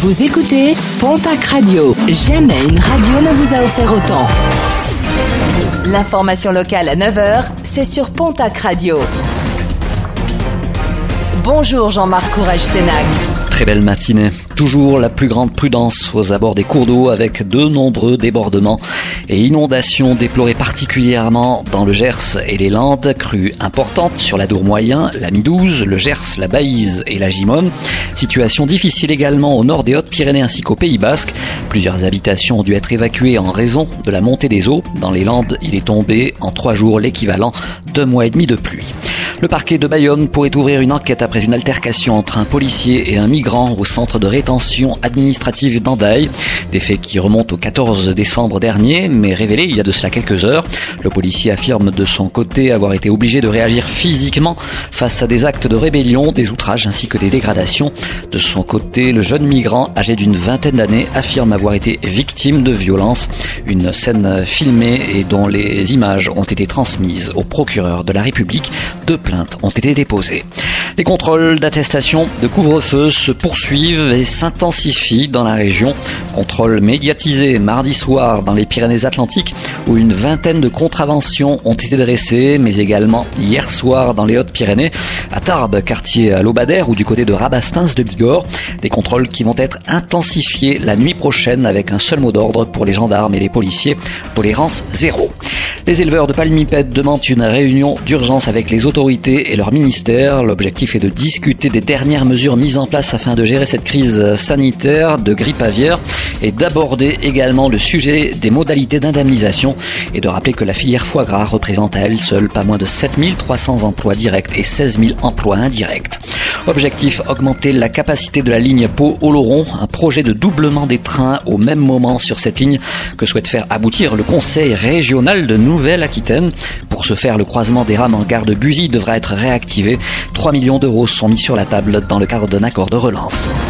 Vous écoutez Pontac Radio. Jamais une radio ne vous a offert autant. L'information locale à 9h, c'est sur Pontac Radio. Bonjour Jean-Marc Courage-Sénac. Très belle matinée. Toujours la plus grande prudence aux abords des cours d'eau avec de nombreux débordements et inondations déplorées particulièrement dans le Gers et les Landes. Crues importantes sur l'Adour moyen, la Midouze, le Gers, la Baïse et la Gimone. Situation difficile également au nord des Hautes-Pyrénées ainsi qu'au Pays Basque. Plusieurs habitations ont dû être évacuées en raison de la montée des eaux. Dans les Landes, il est tombé en 3 jours l'équivalent d'1 mois et demi de pluie. Le parquet de Bayonne pourrait ouvrir une enquête après une altercation entre un policier et un migrant au centre de rétention administrative d'Andaille. Des faits qui remontent au 14 décembre dernier, mais révélés il y a de cela quelques heures. Le policier affirme de son côté avoir été obligé de réagir physiquement face à des actes de rébellion, des outrages ainsi que des dégradations. De son côté, le jeune migrant, âgé d'une vingtaine d'années, affirme avoir été victime de violences. Une scène filmée et dont les images ont été transmises au procureur de la République. 2 plaintes ont été déposées. Les contrôles d'attestation de couvre-feu se poursuivent et s'intensifient dans la région. Contrôles médiatisés mardi soir dans les Pyrénées-Atlantiques où une vingtaine de contraventions ont été dressées, mais également hier soir dans les Hautes-Pyrénées, à Tarbes, quartier Lobadère ou du côté de Rabastens de Bigorre. Des contrôles qui vont être intensifiés la nuit prochaine avec un seul mot d'ordre pour les gendarmes et les policiers, tolérance zéro. Les éleveurs de palmipèdes demandent une réunion d'urgence avec les autorités et leur ministère. L'objectif est de discuter des dernières mesures mises en place afin de gérer cette crise sanitaire de grippe aviaire et d'aborder également le sujet des modalités d'indemnisation et de rappeler que la filière foie gras représente à elle seule pas moins de 7 300 emplois directs et 16 000 emplois indirects. Objectif, augmenter la capacité de la ligne Pau-Oloron, un projet de doublement des trains au même moment sur cette ligne que souhaite faire aboutir le Conseil régional de Nouvelle-Aquitaine. Pour ce faire, le croisement des rames en gare de Buzy devra être réactivé. 3 millions d'euros sont mis sur la table dans le cadre d'un accord de relance.